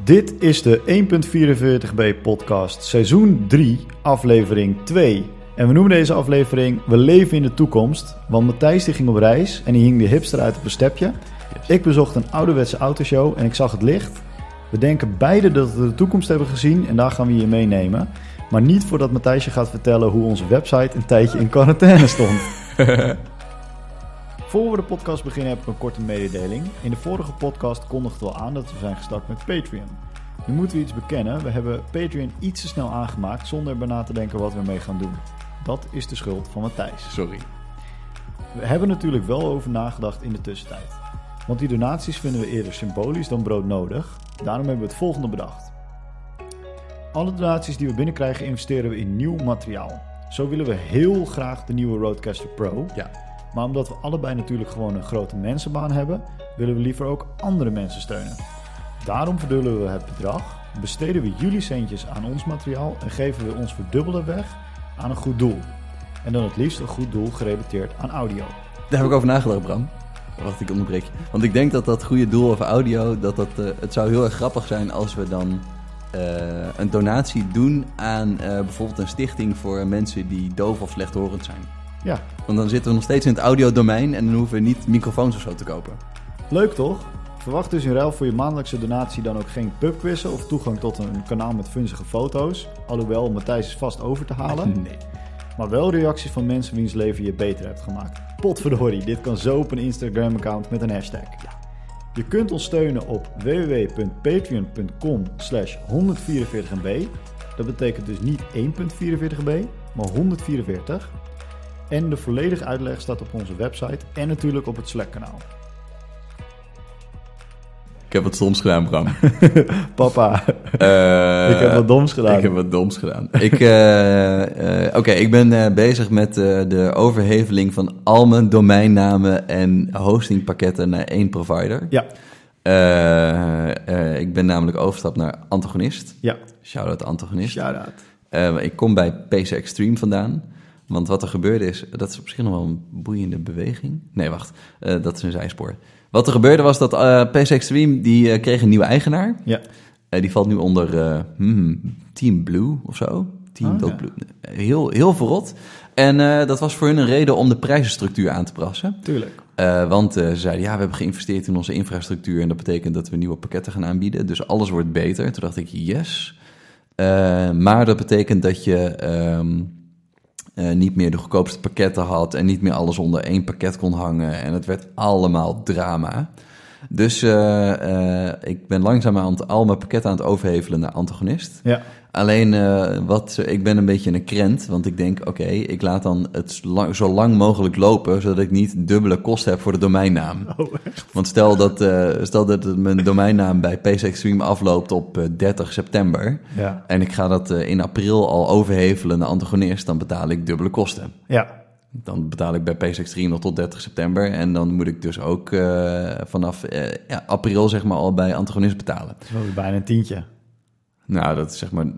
Dit is de 1.44b podcast, seizoen 3, aflevering 2. En we noemen deze aflevering We leven in de toekomst. Want Matthijs die ging op reis en die hing de hipster uit op een stepje. Yes. Ik bezocht een ouderwetse autoshow en ik zag het licht. We denken beide dat we de toekomst hebben gezien en daar gaan we je meenemen. Maar niet voordat Matthijs je gaat vertellen hoe onze website een tijdje in quarantaine stond. Voor we de podcast beginnen heb ik een korte mededeling. In de vorige podcast kondigden we al aan dat we zijn gestart met Patreon. Nu moeten we iets bekennen. We hebben Patreon iets te snel aangemaakt zonder erbij na te denken wat we ermee gaan doen. Dat is de schuld van Matthijs. Sorry. We hebben natuurlijk wel over nagedacht in de tussentijd. Want die donaties vinden we eerder symbolisch dan broodnodig. Daarom hebben we het volgende bedacht. Alle donaties die we binnenkrijgen investeren we in nieuw materiaal. Zo willen we heel graag de nieuwe Rodecaster Pro. Ja. Maar omdat we allebei natuurlijk gewoon een grote mensenbaan hebben, willen we liever ook andere mensen steunen. Daarom verdubbelen we het bedrag, besteden we jullie centjes aan ons materiaal en geven we ons verdubbelde weg aan een goed doel. En dan het liefst een goed doel gerelateerd aan audio. Daar heb ik over nagedacht, Bram. Wacht, ik onderbreek je. Want ik denk dat dat goede doel over audio, het zou heel erg grappig zijn als we dan een donatie doen aan bijvoorbeeld een stichting voor mensen die doof of slechthorend zijn. Ja. Want dan zitten we nog steeds in het audiodomein en dan hoeven we niet microfoons of zo te kopen. Leuk toch? Verwacht dus in ruil voor je maandelijkse donatie dan ook geen pubquizzen of toegang tot een kanaal met funzige foto's. Alhoewel, Matthijs is vast over te halen. Nee. Maar wel reacties van mensen wiens leven je beter hebt gemaakt. Potverdorie, dit kan zo op een Instagram-account met een hashtag. Ja. Je kunt ons steunen op www.patreon.com/144mb. Dat betekent dus niet 1.44b, maar 144. En de volledige uitleg staat op onze website en natuurlijk op het Slack-kanaal. Ik heb wat stoms gedaan, Bram. Papa, ik heb wat doms gedaan. Ik heb wat doms gedaan. Ik ben bezig met de overheveling van al mijn domeinnamen en hostingpakketten naar één provider. Ja. Ik ben namelijk overgestapt naar Antagonist. Ja. Shout-out Antagonist. Shout-out. Ik kom bij PC Extreme vandaan. Want wat er gebeurde is, dat is op zich nog wel een boeiende beweging. Nee, wacht, dat is een zijspoor. Wat er gebeurde was dat PC Extreme, die kreeg een nieuwe eigenaar. Ja. Die valt nu onder Team Blue of zo. Team Blue. Heel verrot. En dat was voor hun een reden om de prijzenstructuur aan te passen. Tuurlijk. Want ze zeiden, ja, we hebben geïnvesteerd in onze infrastructuur en dat betekent dat we nieuwe pakketten gaan aanbieden. Dus alles wordt beter. Toen dacht ik, yes. Maar dat betekent dat je niet meer de goedkoopste pakketten had en niet meer alles onder één pakket kon hangen. En het werd allemaal drama. Dus ik ben langzamerhand al mijn pakketten aan het overhevelen naar Antagonist. Ja. Alleen, ik ben een beetje een krent, want ik denk, oké, ik laat dan het zo lang mogelijk lopen, zodat ik niet dubbele kosten heb voor de domeinnaam. Oh, echt? Want stel dat mijn domeinnaam bij PC Extreme afloopt op 30 september... Ja. en ik ga dat in april al overhevelen naar Antagonist, dan betaal ik dubbele kosten. Ja. Dan betaal ik bij PC Extreme nog tot 30 september en dan moet ik dus ook vanaf april zeg maar al bij Antagonist betalen. Dat is wel weer bijna een tientje. Nou, dat is zeg maar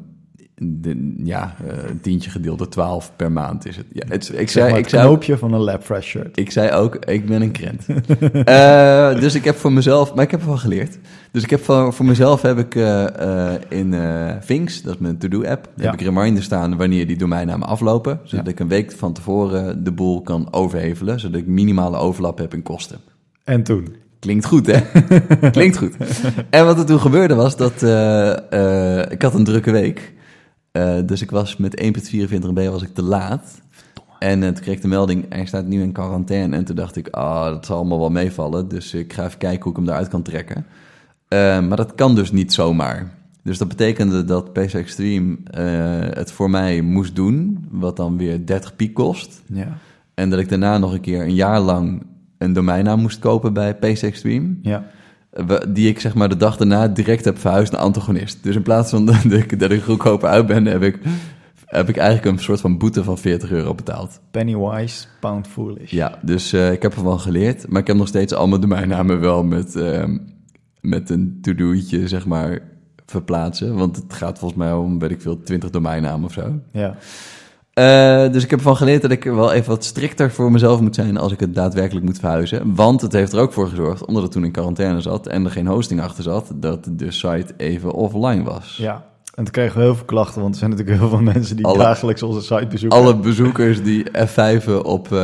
een tientje gedeeld door 12 per maand is het. Ja, Ik zei het knoopje van een Labfresh shirt. Ik zei ook, ik ben een krent. Dus ik heb voor mezelf, maar ik heb ervan geleerd. Dus ik heb voor mezelf heb ik in Things, dat is mijn to-do-app, heb ik reminders staan wanneer die domeinnamen aflopen. Zodat ik een week van tevoren de boel kan overhevelen, zodat ik minimale overlap heb in kosten. En toen? Klinkt goed, hè? Klinkt goed. En wat er toen gebeurde was dat ik had een drukke week. Dus ik was met 1.44b was ik te laat. En toen kreeg ik de melding, hij staat nu in quarantaine. En toen dacht ik, dat zal allemaal wel meevallen. Dus ik ga even kijken hoe ik hem eruit kan trekken. Maar dat kan dus niet zomaar. Dus dat betekende dat PC Extreme het voor mij moest doen. Wat dan weer 30 piek kost. Ja. En dat ik daarna nog een keer een jaar lang een domeinnaam moest kopen bij PC Extreme. Ja. Die ik zeg maar de dag daarna direct heb verhuisd naar Antagonist. Dus in plaats van dat ik goedkoper uit ben, heb ik eigenlijk een soort van boete van €40 betaald. Penny wise, pound foolish. Ja, dus ik heb ervan geleerd. Maar ik heb nog steeds al mijn domeinnamen wel met een to-do'tje, zeg maar, verplaatsen. Want het gaat volgens mij om, weet ik veel, 20 domeinnamen of zo. Ja. Dus ik heb ervan geleerd dat ik wel even wat strikter voor mezelf moet zijn als ik het daadwerkelijk moet verhuizen. Want het heeft er ook voor gezorgd, omdat het toen in quarantaine zat en er geen hosting achter zat, dat de site even offline was. Ja, en toen kregen we heel veel klachten, want er zijn natuurlijk heel veel mensen die dagelijks onze site bezoeken. Alle bezoekers die F5'en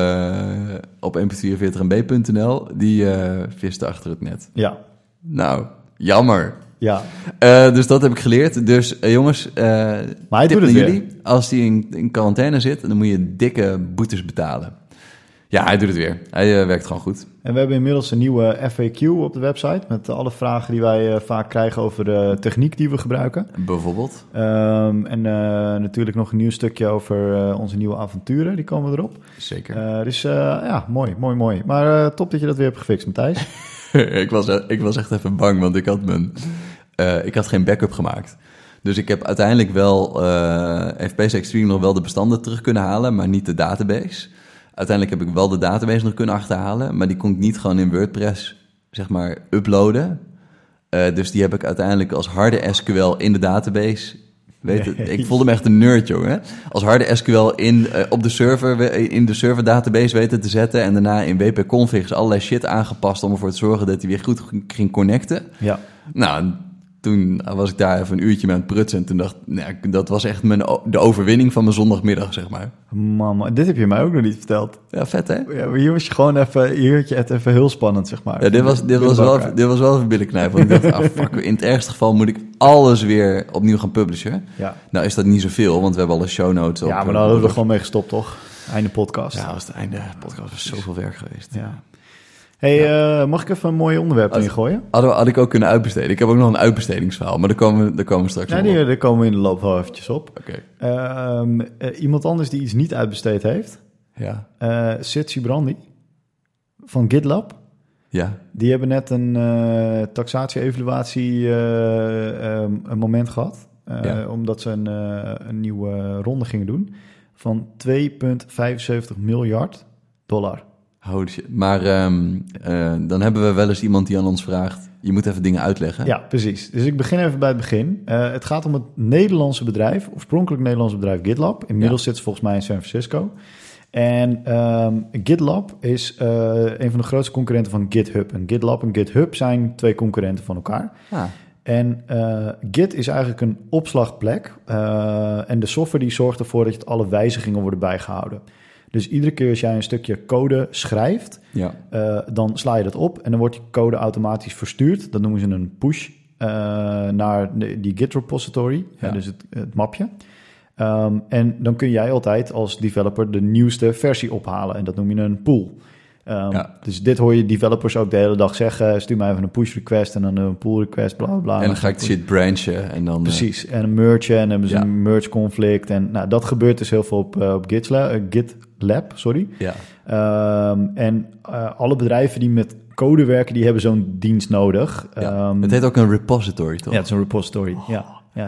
op mp440mb.nl, die visten achter het net. Ja. Nou, jammer. Ja. Dus dat heb ik geleerd. Dus jongens, maar hij tip doet naar het jullie. Als die in quarantaine zit, dan moet je dikke boetes betalen. Ja, hij doet het weer. Hij werkt gewoon goed. En we hebben inmiddels een nieuwe FAQ op de website met alle vragen die wij vaak krijgen over de techniek die we gebruiken. Bijvoorbeeld. En natuurlijk nog een nieuw stukje over onze nieuwe avonturen. Die komen erop. Zeker. Dus ja, mooi. Maar top dat je dat weer hebt gefixt, Matthijs. Ik was echt even bang, want ik had geen backup gemaakt. Dus ik heb uiteindelijk wel FPS Extreme nog wel de bestanden terug kunnen halen, maar niet de database. Uiteindelijk heb ik wel de database nog kunnen achterhalen, maar die kon ik niet gewoon in WordPress, zeg maar, uploaden. Dus die heb ik uiteindelijk als harde SQL in de database. Ik voelde me echt een nerd, jongen. Als harde SQL op de server, in de server database weten te zetten en daarna in wp-configs allerlei shit aangepast om ervoor te zorgen dat hij weer goed ging connecten. Ja. Nou, toen was ik daar even een uurtje mee aan het prutsen en toen dacht ik, dat was echt de overwinning van mijn zondagmiddag, zeg maar. Mama, dit heb je mij ook nog niet verteld. Ja, vet, hè? Ja, hier was je gewoon hier had je het even heel spannend, zeg maar. Ja, dit was wel even billenknijpen. Want ik dacht, fuck, in het ergste geval moet ik alles weer opnieuw gaan publishen. Ja. Nou is dat niet zoveel, want we hebben alle show notes op. Ja, maar dan hadden we er gewoon mee gestopt, toch? Einde podcast. Ja, was het einde podcast. Was zoveel werk geweest. Ja. Hey, mag ik even een mooi onderwerp ingooien? Had ik ook kunnen uitbesteden. Ik heb ook nog een uitbestedingsverhaal, maar daar komen we straks op. Daar komen we in de loop wel eventjes op. Okay. Iemand anders die iets niet uitbesteed heeft. Ja. Sid Sijbrandij van GitLab. Ja. Die hebben net een taxatie-evaluatie een moment gehad. Omdat ze een nieuwe ronde gingen doen van $2,75 miljard. Holy shit. Maar dan hebben we wel eens iemand die aan ons vraagt, je moet even dingen uitleggen. Ja, precies. Dus ik begin even bij het begin. Het gaat om het Nederlandse bedrijf, oorspronkelijk Nederlandse bedrijf GitLab. Inmiddels zit ze volgens mij in San Francisco. En GitLab is een van de grootste concurrenten van GitHub. En GitLab en GitHub zijn twee concurrenten van elkaar. Ah. En Git is eigenlijk een opslagplek. En de software die zorgt ervoor dat alle wijzigingen worden bijgehouden. Dus iedere keer als jij een stukje code schrijft, dan sla je dat op en dan wordt die code automatisch verstuurd. Dat noemen ze een push naar die Git repository, dus het mapje. En dan kun jij altijd als developer de nieuwste versie ophalen en dat noem je een pull. Dus dit hoor je developers ook de hele dag zeggen. Stuur mij even een push request en dan een pull request, bla bla. En dan ga ik de shit branchen en dan... Precies, en een merge en dan hebben ze een merge conflict. En nou, dat gebeurt dus heel veel op GitLab, sorry. Ja. En alle bedrijven die met code werken, die hebben zo'n dienst nodig. Het heet ook een repository, toch? Ja, het is een repository, ja. Ja,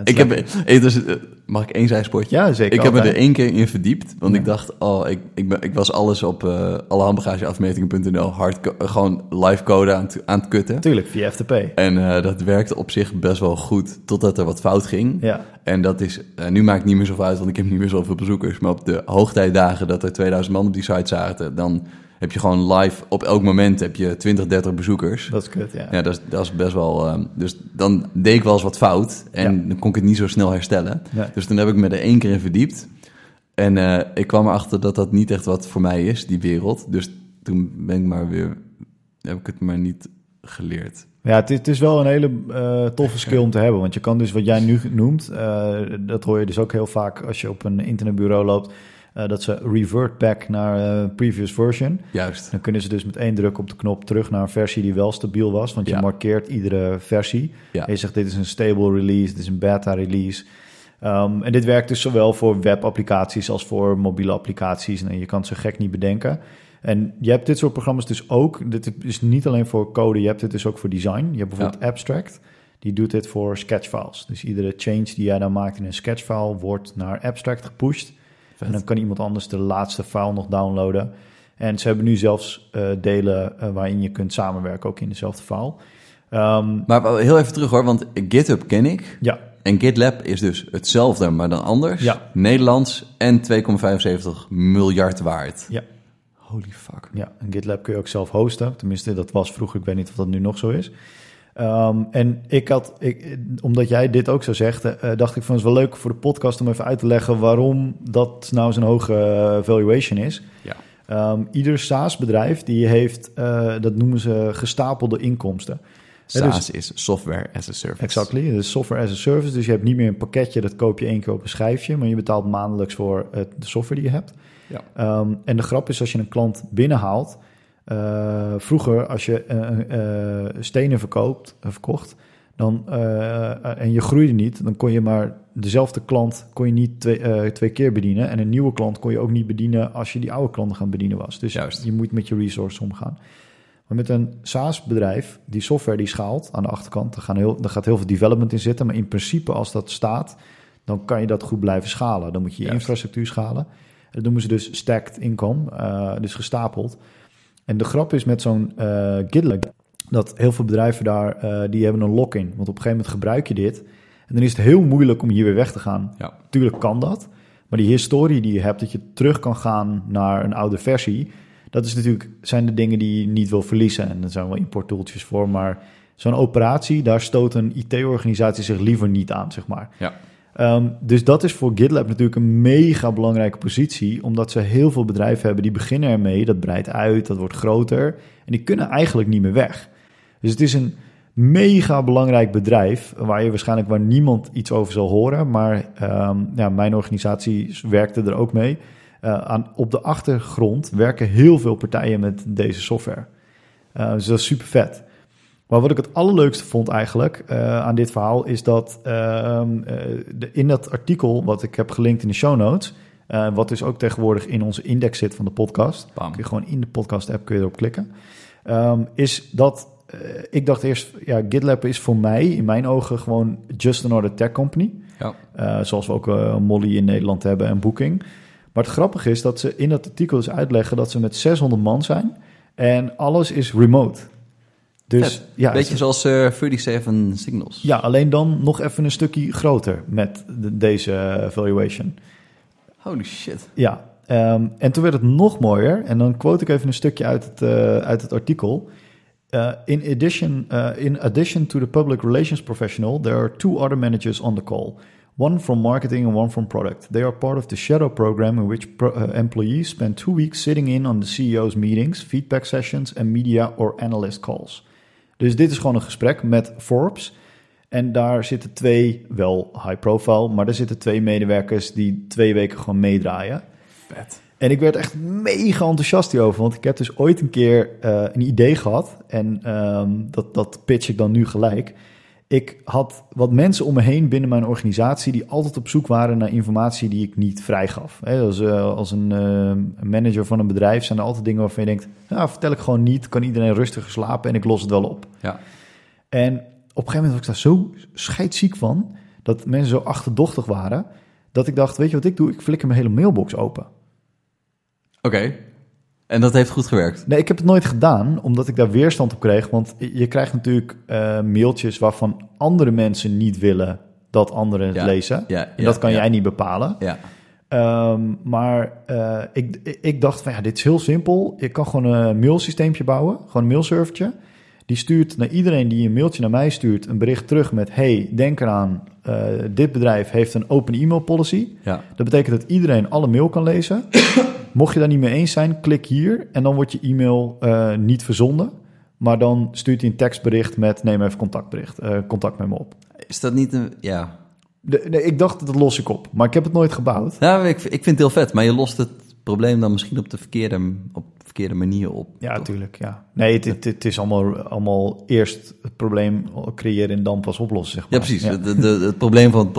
mag ik één zijspoortje? Ja, zeker. Ik heb me er 1 keer in verdiept, want ik dacht, ik was alles op allehandbagageafmetingen.nl gewoon live code aan het kutten. Tuurlijk, via FTP. En dat werkte op zich best wel goed, totdat er wat fout ging. Ja. En dat is, nu maakt het niet meer zoveel uit, want ik heb niet meer zoveel bezoekers. Maar op de hoogtijdagen dat er 2000 man op die site zaten, dan heb je gewoon live, op elk moment heb je 20, 30 bezoekers. Dat is kut, ja. Ja, dat is best wel... dus dan deed ik wel eens wat fout en dan kon ik het niet zo snel herstellen. Ja. Dus toen heb ik me er 1 keer in verdiept. En ik kwam erachter dat dat niet echt wat voor mij is, die wereld. Dus toen heb ik het maar niet geleerd. Ja, het is wel een hele toffe skill om te hebben. Want je kan dus wat jij nu noemt, dat hoor je dus ook heel vaak als je op een internetbureau loopt, dat ze revert back naar previous version. Juist. Dan kunnen ze dus met 1 druk op de knop terug naar een versie die wel stabiel was. Want je markeert iedere versie. Ja. En je zegt, dit is een stable release, dit is een beta release. En dit werkt dus zowel voor webapplicaties als voor mobiele applicaties. En je kan het zo gek niet bedenken. En je hebt dit soort programma's dus ook. Dit is niet alleen voor code, je hebt dit dus ook voor design. Je hebt bijvoorbeeld Abstract. Die doet dit voor sketchfiles. Dus iedere change die jij dan maakt in een sketchfile wordt naar Abstract gepusht. Vet. En dan kan iemand anders de laatste file nog downloaden. En ze hebben nu zelfs delen waarin je kunt samenwerken, ook in dezelfde file. Maar heel even terug hoor, want GitHub ken ik. Ja. En GitLab is dus hetzelfde, maar dan anders. Ja. Nederlands en 2,75 miljard waard. Ja. Holy fuck. Ja, en GitLab kun je ook zelf hosten. Tenminste, dat was vroeger. Ik weet niet of dat nu nog zo is. En omdat jij dit ook zo zegt, dacht ik van het is wel leuk voor de podcast om even uit te leggen waarom dat nou zo'n hoge valuation is. Ja. Ieder SaaS-bedrijf die heeft, dat noemen ze gestapelde inkomsten. SaaS is software as a service. Exactly, dus software as a service. Dus je hebt niet meer een pakketje, dat koop je 1 keer op een schijfje, maar je betaalt maandelijks voor de software die je hebt. Ja. En de grap is als je een klant binnenhaalt, vroeger als je stenen verkocht, dan, en je groeide niet, dan kon je maar dezelfde klant kon je niet twee keer bedienen. En een nieuwe klant kon je ook niet bedienen als je die oude klanten gaan bedienen was. Dus Juist. Je moet met je resources omgaan. Maar met een SaaS-bedrijf, die software die schaalt aan de achterkant, daar gaat heel veel development in zitten. Maar in principe als dat staat, dan kan je dat goed blijven schalen. Dan moet je je infrastructuur schalen. Dat noemen ze dus stacked income, dus gestapeld. En de grap is met zo'n GitLab, dat heel veel bedrijven daar, die hebben een lock-in. Want op een gegeven moment gebruik je dit. En dan is het heel moeilijk om hier weer weg te gaan. Ja. Tuurlijk kan dat. Maar die historie die je hebt, dat je terug kan gaan naar een oude versie, dat is natuurlijk, zijn de dingen die je niet wil verliezen. En er zijn wel importtooltjes voor, maar zo'n operatie, daar stoot een IT-organisatie zich liever niet aan, zeg maar. Ja. Dus dat is voor GitLab natuurlijk een mega belangrijke positie, omdat ze heel veel bedrijven hebben die beginnen ermee, dat breidt uit, dat wordt groter en die kunnen eigenlijk niet meer weg. Dus het is een mega belangrijk bedrijf waar niemand iets over zal horen, maar mijn organisatie werkte er ook mee. Op de achtergrond werken heel veel partijen met deze software. Dus dat is super vet. Maar wat ik het allerleukste vond eigenlijk aan dit verhaal is dat in dat artikel wat ik heb gelinkt in de show notes, wat dus ook tegenwoordig in onze index zit van de podcast, kun je gewoon in de podcast app kun je erop klikken, is dat ik dacht eerst, GitLab is voor mij in mijn ogen gewoon just another tech company. Ja. Zoals we ook Molly in Nederland hebben en Booking. Maar het grappige is dat ze in dat artikel dus uitleggen dat ze met 600 man zijn en alles is remote. Dus, beetje zoals 37 Signals. Ja, alleen dan nog even een stukje groter met deze valuation. Holy shit. Ja, en toen werd het nog mooier. En dan quote ik even een stukje uit het artikel. In addition to the public relations professional, there are 2 other managers on the call. One from marketing and one from product. They are part of the shadow program in which employees spend 2 weeks sitting in on the CEO's meetings, feedback sessions and media or analyst calls. Dus dit is gewoon een gesprek met Forbes. En daar zitten 2, wel high profile, maar er zitten 2 medewerkers die 2 weken gewoon meedraaien. Vet. En ik werd echt mega enthousiast hierover, want ik heb dus ooit een keer een idee gehad. En dat pitch ik dan nu gelijk. Ik had wat mensen om me heen binnen mijn organisatie die altijd op zoek waren naar informatie die ik niet vrijgaf. Als een manager van een bedrijf zijn er altijd dingen waarvan je denkt, nou, vertel ik gewoon niet, kan iedereen rustiger slapen en ik los het wel op. Ja. En op een gegeven moment was ik daar zo scheidsziek van, dat mensen zo achterdochtig waren, dat ik dacht, weet je wat ik doe? Ik flikker mijn hele mailbox open. Oké. En dat heeft goed gewerkt? Nee, ik heb het nooit gedaan, omdat ik daar weerstand op kreeg. Want je krijgt natuurlijk mailtjes waarvan andere mensen niet willen dat anderen het lezen. Ja, en dat kan jij niet bepalen. Ja. Maar ik dacht van dit is heel simpel. Ik kan gewoon een mailsysteempje bouwen, gewoon een mailservertje. Die stuurt naar iedereen die een mailtje naar mij stuurt een bericht terug met, hey, denk eraan, dit bedrijf heeft een open e-mail policy. Ja. Dat betekent dat iedereen alle mail kan lezen. Mocht je daar niet mee eens zijn, klik hier en dan wordt je e-mail niet verzonden. Maar dan stuurt hij een tekstbericht met, neem even contact met me op. Is dat niet een, ja... Nee, ik dacht, dat los ik op, maar ik heb het nooit gebouwd. Nou, ik vind het heel vet, maar je lost het probleem dan misschien op de verkeerde manier op. Ja, toch? natuurlijk, ja. Nee, het is allemaal eerst het probleem creëren en dan pas oplossen, zeg maar. Ja, precies. Ja. Het probleem van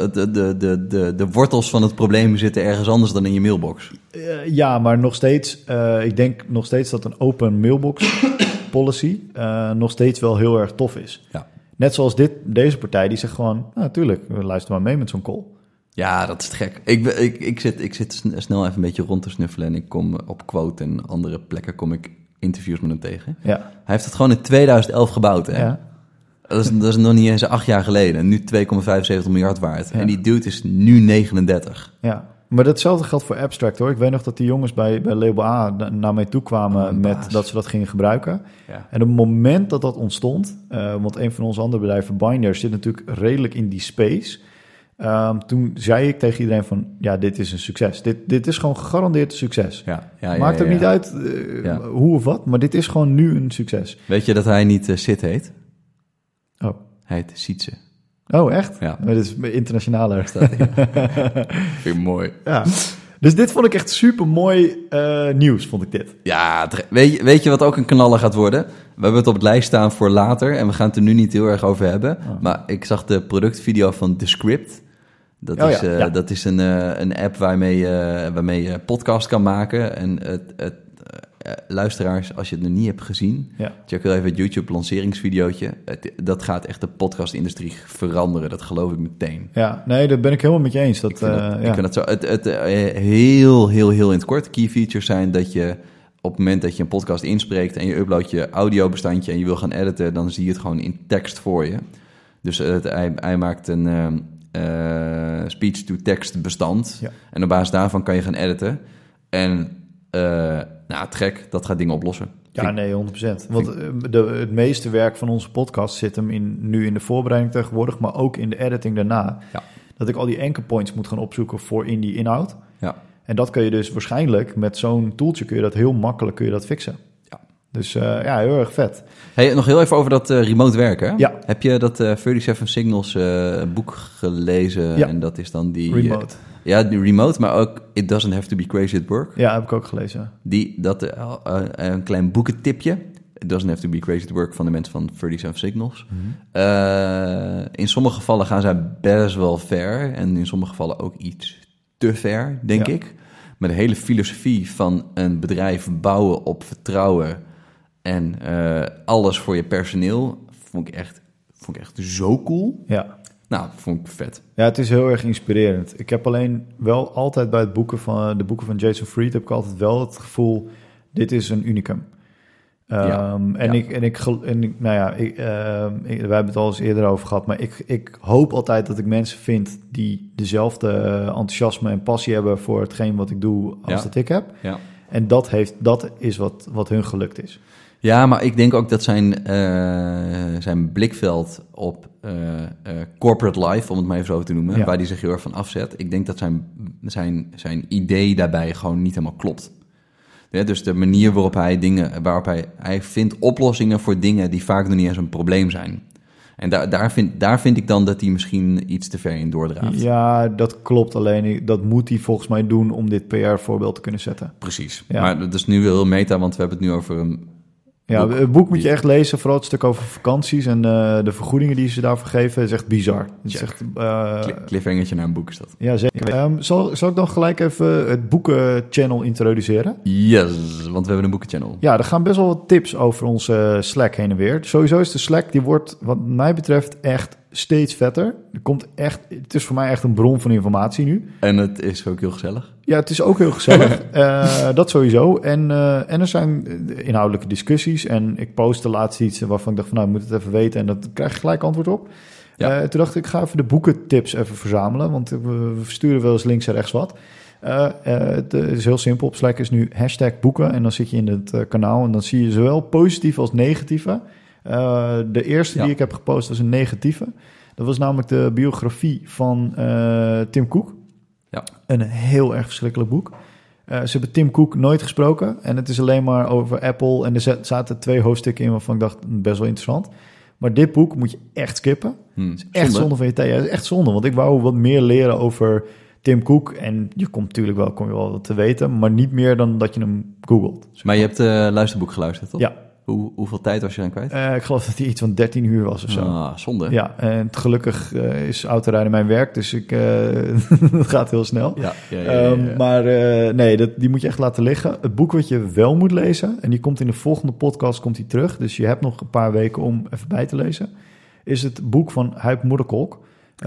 de wortels van het probleem zitten ergens anders dan in je mailbox. Ja, maar nog steeds, ik denk nog steeds dat een open mailbox policy nog steeds wel heel erg tof is. Ja. Net zoals deze partij, die zegt gewoon, natuurlijk, luister maar mee met zo'n call. Ja, dat is te gek. Ik zit snel even een beetje rond te snuffelen en ik kom op Quote en andere plekken kom ik interviews met hem tegen. Ja. Hij heeft het gewoon in 2011 gebouwd, hè? Ja. Dat is nog niet eens 8 jaar geleden. Nu 2,75 miljard waard. Ja. En die dude is nu 39. Ja, maar datzelfde geldt voor Abstract hoor. Ik weet nog dat die jongens bij Label A naar mij toe kwamen met dat ze dat gingen gebruiken. Ja. En op het moment dat dat ontstond, want een van onze andere bedrijven, Binder, zit natuurlijk redelijk in die space. Toen zei ik tegen iedereen van, ja, dit is een succes. Dit is gewoon gegarandeerd een succes. Maakt ook niet uit hoe of wat, maar dit is gewoon nu een succes. Weet je dat hij niet Sid heet? Oh. Hij heet Sietse. Oh, echt? Ja. Maar dit is internationaler. Vind ik mooi. Ja. Dus dit vond ik echt super mooi nieuws, vond ik dit. Ja, weet je wat ook een knaller gaat worden? We hebben het op het lijst staan voor later en we gaan het er nu niet heel erg over hebben. Oh. Maar ik zag de productvideo van Descript. Dat is een app waarmee je podcast kan maken. En luisteraars, als je het nog niet hebt gezien, check wel even het YouTube lanceringsvideootje. Dat gaat echt de podcastindustrie veranderen, dat geloof ik meteen. Ja, nee, daar ben ik helemaal met je eens. Ik vind dat zo. Heel in het kort. Key features zijn dat je op het moment dat je een podcast inspreekt en je uploadt je audiobestandje en je wil gaan editen, dan zie je het gewoon in tekst voor je. Dus hij maakt een speech-to-text bestand. Ja. En op basis daarvan kan je gaan editen. En te gek, dat gaat dingen oplossen. Ja, nee, 100%. Want het meeste werk van onze podcast zit hem nu in de voorbereiding tegenwoordig, maar ook in de editing daarna. Ja. Dat ik al die anchor points moet gaan opzoeken voor in die inhoud. Ja. En dat kun je dus waarschijnlijk met zo'n tooltje kun je dat heel makkelijk fixen. Ja. Dus heel erg vet. Hey, nog heel even over dat remote werken. Ja. Heb je dat 37 Signals boek gelezen? Ja. En dat is dan die... Remote. Die remote, maar ook It Doesn't Have to Be Crazy at Work. Ja, heb ik ook gelezen. Een klein boekentipje. It Doesn't Have to Be Crazy at Work van de mensen van 37 Signals. Mm-hmm. In sommige gevallen gaan zij best wel ver. En in sommige gevallen ook iets te ver, denk ik. Maar de hele filosofie van een bedrijf bouwen op vertrouwen en alles voor je personeel vond ik echt zo cool. Ja. Nou, vond ik vet. Ja, het is heel erg inspirerend. Ik heb alleen wel altijd bij de boeken van Jason Fried heb ik altijd wel het gevoel, dit is een unicum. Wij hebben het al eens eerder over gehad, maar ik hoop altijd dat ik mensen vind die dezelfde enthousiasme en passie hebben voor hetgeen wat ik doe als dat ik heb. Ja. En dat is wat hun gelukt is. Ja, maar ik denk ook dat zijn blikveld op corporate life, om het maar even zo te noemen, waar hij zich heel erg van afzet, ik denk dat zijn idee daarbij gewoon niet helemaal klopt. Ja, dus de manier waarop hij vindt oplossingen voor dingen die vaak nog niet eens een probleem zijn. En daar vind ik dan dat hij misschien iets te ver in doordraaft. Ja, dat klopt. Alleen dat moet hij volgens mij doen om dit PR-voorbeeld te kunnen zetten. Precies. Ja. Maar dat is nu wel heel meta, want we hebben het nu over een... Ja, het boek moet je echt lezen, vooral het stuk over vakanties en de vergoedingen die ze daarvoor geven. is echt bizar. Het is echt, cliffhangertje naar een boek is dat. Ja, zeker. Zal ik dan gelijk even het boekenchannel introduceren? Yes, want we hebben een boekenchannel. Ja, er gaan best wel wat tips over onze Slack heen en weer. Sowieso is de Slack, die wordt wat mij betreft echt steeds vetter. Het is voor mij echt een bron van informatie nu. En het is ook heel gezellig. Ja, het is ook heel gezellig. Dat sowieso. En er zijn inhoudelijke discussies. En ik postte laatst iets waarvan ik dacht van, ik moet het even weten. En dat krijg je gelijk antwoord op. Ja. Toen dacht ik ga even de boekentips even verzamelen. Want we versturen wel eens links en rechts wat. Het is heel simpel. Op Slack is nu #boeken. En dan zit je in het kanaal. En dan zie je zowel positieve als negatieve. De eerste die ik heb gepost was een negatieve. Dat was namelijk de biografie van Tim Cook. Ja. Een heel erg verschrikkelijk boek. Ze hebben Tim Cook nooit gesproken. En het is alleen maar over Apple. En er zaten 2 hoofdstukken in waarvan ik dacht, best wel interessant. Maar dit boek moet je echt skippen. Het is echt zonde van je tijd. Ja, het is echt zonde, want ik wou wat meer leren over Tim Cook. En je komt natuurlijk wel, wat te weten. Maar niet meer dan dat je hem googelt. Maar je hebt luisterboek geluisterd, toch? Ja. Hoeveel tijd was je aan kwijt? Ik geloof dat hij iets van 13 uur was of zo. Ah, zonde. Ja, en gelukkig is autorijden mijn werk, dus dat gaat heel snel. Ja. Maar die moet je echt laten liggen. Het boek wat je wel moet lezen, en die komt in de volgende podcast terug, dus je hebt nog een paar weken om even bij te lezen, is het boek van Huib Moederkolk.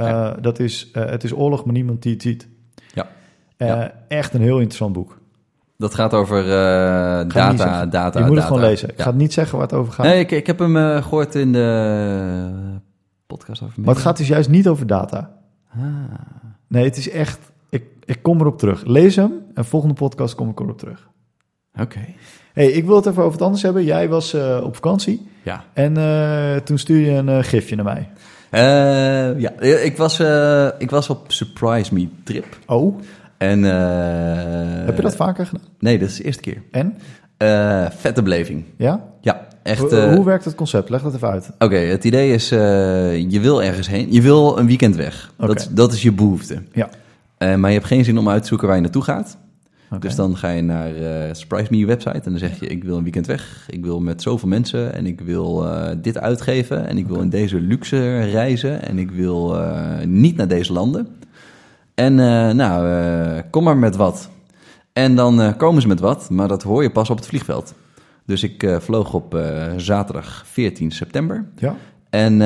Het is oorlog, maar niemand die het ziet. Ja. Echt een heel interessant boek. Dat gaat over data. Je moet het gewoon data. lezen. Ik ga het niet zeggen waar het over gaat. Nee, ik heb hem gehoord in de podcast over Maar het gaat dus juist niet over data. Nee, het is echt... Ik kom erop terug. Lees hem en volgende podcast kom ik erop terug. Oké. Hey, ik wil het even over het anders hebben. Jij was op vakantie. Ja. En toen stuurde je een gifje naar mij. Ja, ik was op Surprise Me trip. Oh, En, heb je dat vaker gedaan? Nee, dat is de eerste keer. En? Vette beleving. Ja? Ja, echt. Hoe werkt het concept? Leg dat even uit. Oké, het idee is, je wil ergens heen. Je wil een weekend weg. Oké. Dat is je behoefte. Ja. Maar je hebt geen zin om uit te zoeken waar je naartoe gaat. Okay. Dus dan ga je naar Surprise Me website en dan zeg je, ik wil een weekend weg. Ik wil met zoveel mensen en ik wil dit uitgeven. En ik wil in deze luxe reizen en ik wil niet naar deze landen. En kom maar met wat. En dan komen ze met wat, maar dat hoor je pas op het vliegveld. Dus ik vloog op zaterdag 14 september. Ja. En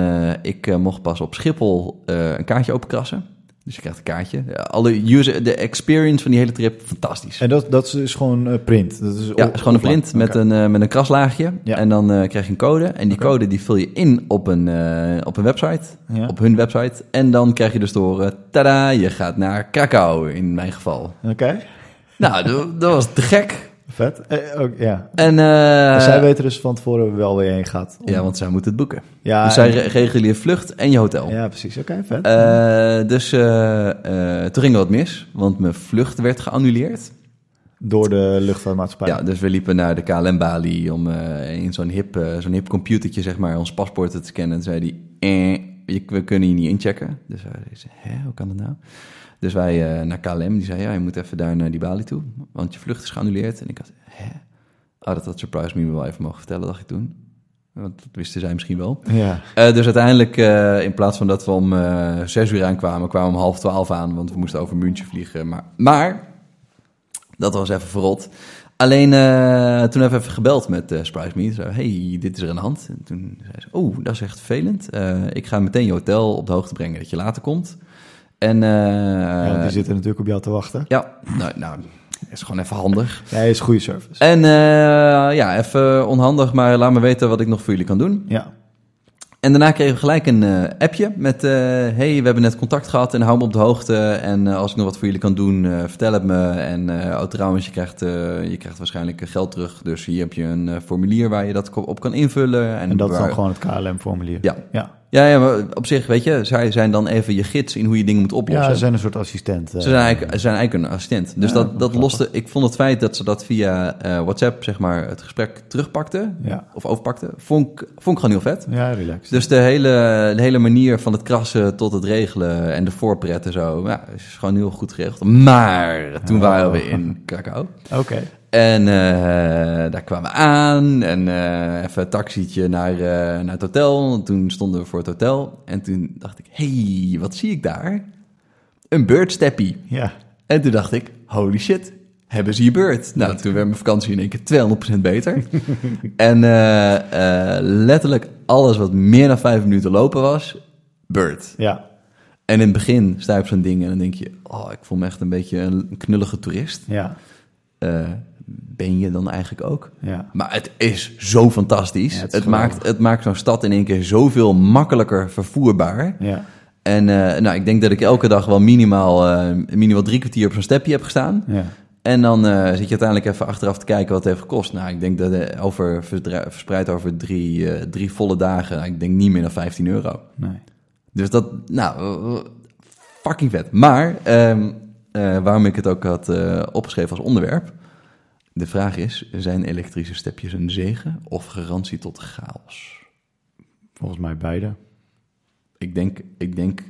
ik mocht pas op Schiphol een kaartje openkrassen. Dus je krijgt een kaartje. De experience van die hele trip, fantastisch. En dat is dus gewoon print? Dat is ja, het is gewoon een print met een kraslaagje. Ja. En dan krijg je een code. En die code die vul je in op een website. Ja. Op hun website. En dan krijg je dus te horen, tada, je gaat naar Krakau in mijn geval. Oké. Nou, dat was te gek. Vet. Ook, ja. En zij weten dus van tevoren wel waar je heen gaat. Ja, want zij moeten het boeken. Ja, dus zij regelen je vlucht en je hotel. Ja, precies. Oké, vet. Dus toen ging er wat mis, want mijn vlucht werd geannuleerd. Door de luchtvaartmaatschappij? Ja, dus we liepen naar de KLM-balie om in zo'n hip computertje, zeg maar, ons paspoort te scannen. En zei die, we kunnen je niet inchecken. Dus wij zeiden, hoe kan dat nou? Dus wij naar KLM, die zei, ja, je moet even daar naar die balie toe, want je vlucht is geannuleerd. En ik had, dat had Surprise Me wel even mogen vertellen, dacht ik toen. Want dat wisten zij misschien wel. Ja. Dus uiteindelijk, in plaats van dat we om 6 uur aankwamen, kwamen we om 11:30 aan, want we moesten over München vliegen. Maar dat was even verrot. Alleen, toen hebben we even gebeld met Surprise Me. Zei, hey, dit is er aan de hand. En toen zei ze, dat is echt vervelend. Ik ga meteen je hotel op de hoogte brengen dat je later komt. En, die zitten natuurlijk op jou te wachten. Ja, nou, is gewoon even handig. Ja, is goede service. En even onhandig, maar laat me weten wat ik nog voor jullie kan doen. Ja. En daarna kregen we gelijk een appje met, hey, we hebben net contact gehad en hou me op de hoogte. En als ik nog wat voor jullie kan doen, vertel het me. En trouwens, je krijgt waarschijnlijk geld terug. Dus hier heb je een formulier waar je dat op kan invullen. En dat is dan gewoon het KLM-formulier? Ja, maar op zich, weet je, zij zijn dan even je gids in hoe je dingen moet oplossen. Ja, ze zijn een soort assistent. Ze zijn eigenlijk een assistent. Dus dat loste... Ik vond het feit dat ze dat via WhatsApp, zeg maar, het gesprek terugpakte. Ja. Of overpakte. Vond ik gewoon heel vet. Ja, relaxed. Dus de hele manier van het krassen tot het regelen en de voorpret en zo, ja, is gewoon heel goed geregeld. Maar toen waren we in Krakau. Oké. En daar kwamen we aan en even een taxietje naar het hotel. Toen stonden we voor het hotel en toen dacht ik, hey, wat zie ik daar? Een birdsteppie. Ja. En toen dacht ik, holy shit, hebben ze je bird? Nou, toen werd mijn vakantie in één keer 200% beter. En letterlijk alles wat meer dan 5 minuten lopen was, bird. Ja. En in het begin sta je op zo'n ding en dan denk je, ik voel me echt een beetje een knullige toerist. Ja. Ben je dan eigenlijk ook? Ja. Maar het is zo fantastisch. Ja, het maakt zo'n stad in één keer zoveel makkelijker vervoerbaar. Ja. En ik denk dat ik elke dag wel minimaal 3 kwartier op zo'n stepje heb gestaan. Ja. En dan zit je uiteindelijk even achteraf te kijken wat het heeft gekost. Nou, ik denk dat verspreid over drie volle dagen, ik denk niet meer dan €15. Nee. Dus dat, fucking vet. Maar waarom ik het ook had opgeschreven als onderwerp. De vraag is, zijn elektrische stepjes een zegen of garantie tot chaos? Volgens mij beide. Ik denk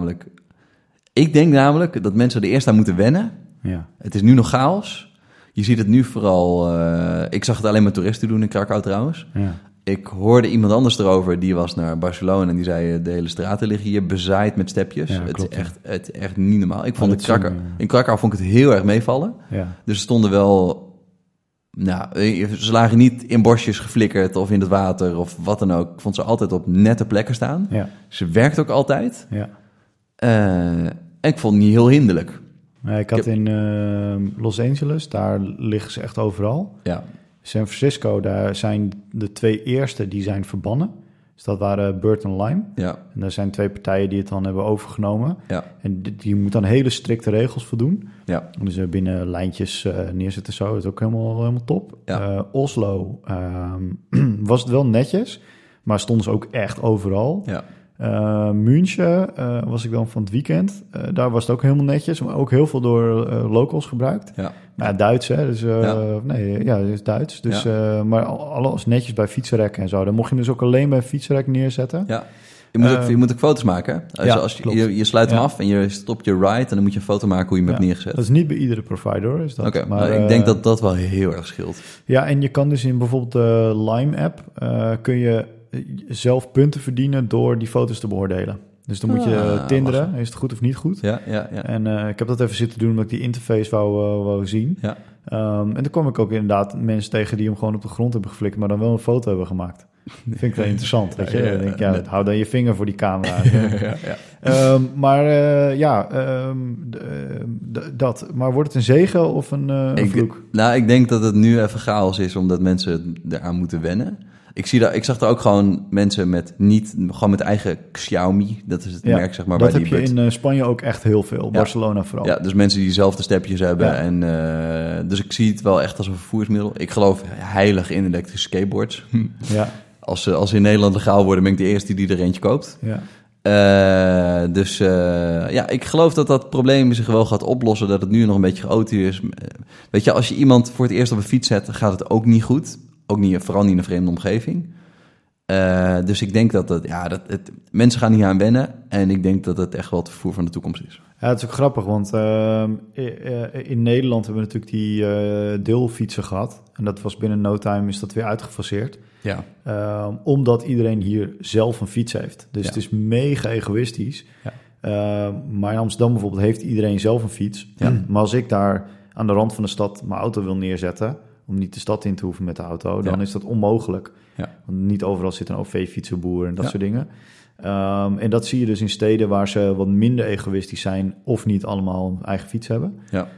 namelijk dat mensen er eerst aan moeten wennen. Ja. Het is nu nog chaos. Je ziet het nu vooral... ik zag het alleen maar toeristen doen in Krakau trouwens. Ja. Ik hoorde iemand anders erover, die was naar Barcelona en die zei, de hele straten liggen hier bezaaid met stepjes. Ja, het is echt niet normaal. In Krakau vond ik het heel erg meevallen. Ja. Dus er stonden wel... ze lagen niet in bosjes geflikkerd of in het water of wat dan ook. Ik vond ze altijd op nette plekken staan. Ja. Ze werkt ook altijd. Ja. En ik vond het niet heel hinderlijk. Ik had in Los Angeles, daar liggen ze echt overal. Ja. San Francisco, daar zijn de 2 eerste die zijn verbannen. Dus dat waren Bird en Lime. Ja. En daar zijn 2 partijen die het dan hebben overgenomen. Ja. En die moeten dan hele strikte regels voldoen. Ja. Dus binnen lijntjes neerzetten zo. Dat is ook helemaal top. Ja. Oslo was het wel netjes, maar stonden ze ook echt overal. Ja. München was ik dan van het weekend. Daar was het ook helemaal netjes, maar ook heel veel door locals gebruikt. Ja. Nou, Duits, hè? Dus, Ja. Nee, ja, het is Duits. Dus, Ja. maar alles netjes bij fietsenrekken en zo. Dan mocht je hem dus ook alleen bij een fietsenrek neerzetten. Ja. Je moet ook foto's maken. Hè? Ja, als klopt. je sluit hem Ja. af en je stopt je ride... en dan moet je een foto maken hoe je hem hebt neergezet. Dat is niet bij iedere provider, hoor, is dat. Oké, maar ik denk dat dat wel heel erg scheelt. Ja, en je kan dus in bijvoorbeeld de Lime-app... kun je zelf punten verdienen door die foto's te beoordelen. Dus dan moet je tinderen, is het goed of niet goed. Ja. En ik heb dat even zitten doen omdat ik die interface wou zien. Ja. En dan kwam ik ook inderdaad mensen tegen die hem gewoon op de grond hebben geflikt, maar dan wel een foto hebben gemaakt. Dat vind ik wel interessant, weet je. Dan denk ik, hou dan je vinger voor die camera. Dat. Maar wordt het een zegen of een vloek? Ik denk dat het nu even chaos is, omdat mensen eraan moeten wennen. Ik zag er ook gewoon mensen met eigen Xiaomi, dat is het merk, zeg maar. Dat heb je in Spanje ook echt heel veel, Barcelona vooral. Ja, dus mensen die zelf de stepjes hebben. Ja. En, dus ik zie het wel echt als een vervoersmiddel. Ik geloof heilig in elektrische skateboards. Ja. Als ze in Nederland legaal worden, ben ik de eerste die er eentje koopt. Ja. Ik geloof dat dat probleem zich wel gaat oplossen, dat het nu nog een beetje chaotisch is. Weet je, als je iemand voor het eerst op een fiets zet, gaat het ook niet goed. Ook niet, vooral niet in een vreemde omgeving. Dus ik denk dat mensen gaan hier aan wennen. En ik denk dat het echt wel het vervoer van de toekomst is. Ja, het is ook grappig, want in Nederland hebben we natuurlijk die deelfietsen gehad. En dat was binnen no time is dat weer uitgefaseerd. Ja. Omdat iedereen hier zelf een fiets heeft. Dus het is mega egoïstisch. Ja. Maar in Amsterdam bijvoorbeeld heeft iedereen zelf een fiets. Ja. Maar als ik daar aan de rand van de stad mijn auto wil neerzetten, om niet de stad in te hoeven met de auto, dan is dat onmogelijk. Ja. Want niet overal zit een OV-fietsenboer en dat soort dingen. En dat zie je dus in steden waar ze wat minder egoïstisch zijn of niet allemaal een eigen fiets hebben. Ja.